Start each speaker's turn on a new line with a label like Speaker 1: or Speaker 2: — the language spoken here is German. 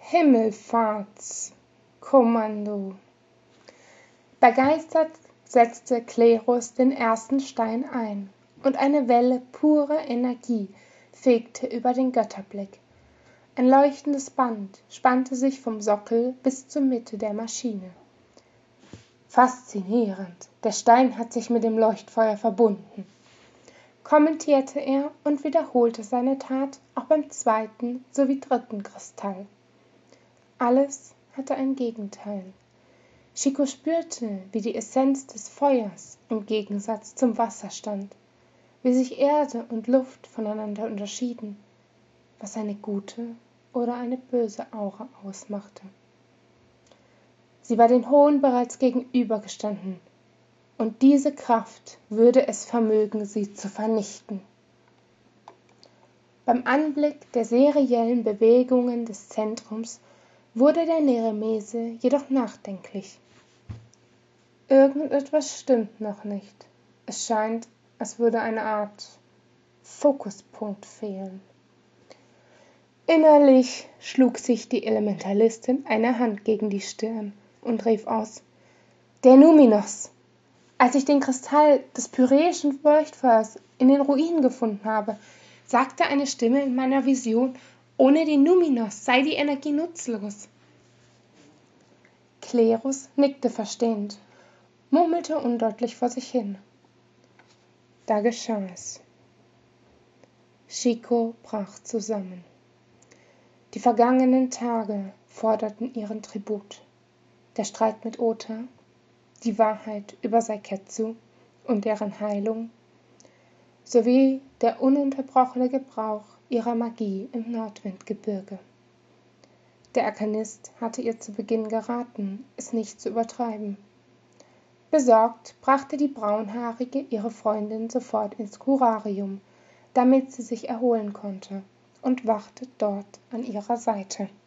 Speaker 1: Himmelfahrtskommando. Begeistert setzte Klerus den ersten Stein ein, und eine Welle purer Energie fegte über den Götterblick. Ein leuchtendes Band spannte sich vom Sockel bis zur Mitte der Maschine. Faszinierend, der Stein hat sich mit dem Leuchtfeuer verbunden, kommentierte er und wiederholte seine Tat auch beim zweiten sowie dritten Kristall. Alles hatte ein Gegenteil. Chico spürte, wie die Essenz des Feuers im Gegensatz zum Wasser stand, wie sich Erde und Luft voneinander unterschieden, was eine gute oder eine böse Aura ausmachte. Sie war den Hohen bereits gegenübergestanden, und diese Kraft würde es vermögen, sie zu vernichten. Beim Anblick der seriellen Bewegungen des Zentrums wurde der Neremese jedoch nachdenklich. Irgendetwas stimmt noch nicht. Es scheint, als würde eine Art Fokuspunkt fehlen. Innerlich schlug sich die Elementalistin eine Hand gegen die Stirn und rief aus: Der Numinos! Als ich den Kristall des pyräischen Leuchtfeuers in den Ruinen gefunden habe, sagte eine Stimme in meiner Vision, ohne den Numinos sei die Energie nutzlos. Klerus nickte verstehend, murmelte undeutlich vor sich hin. Da geschah es. Chico brach zusammen. Die vergangenen Tage forderten ihren Tribut. Der Streit mit Ota, die Wahrheit über Seiketsu und deren Heilung, sowie der ununterbrochene Gebrauch ihrer Magie im Nordwindgebirge. Der Arkanist hatte ihr zu Beginn geraten, es nicht zu übertreiben. Besorgt brachte die Braunhaarige ihre Freundin sofort ins Kurarium, damit sie sich erholen konnte, und wachte dort an ihrer Seite.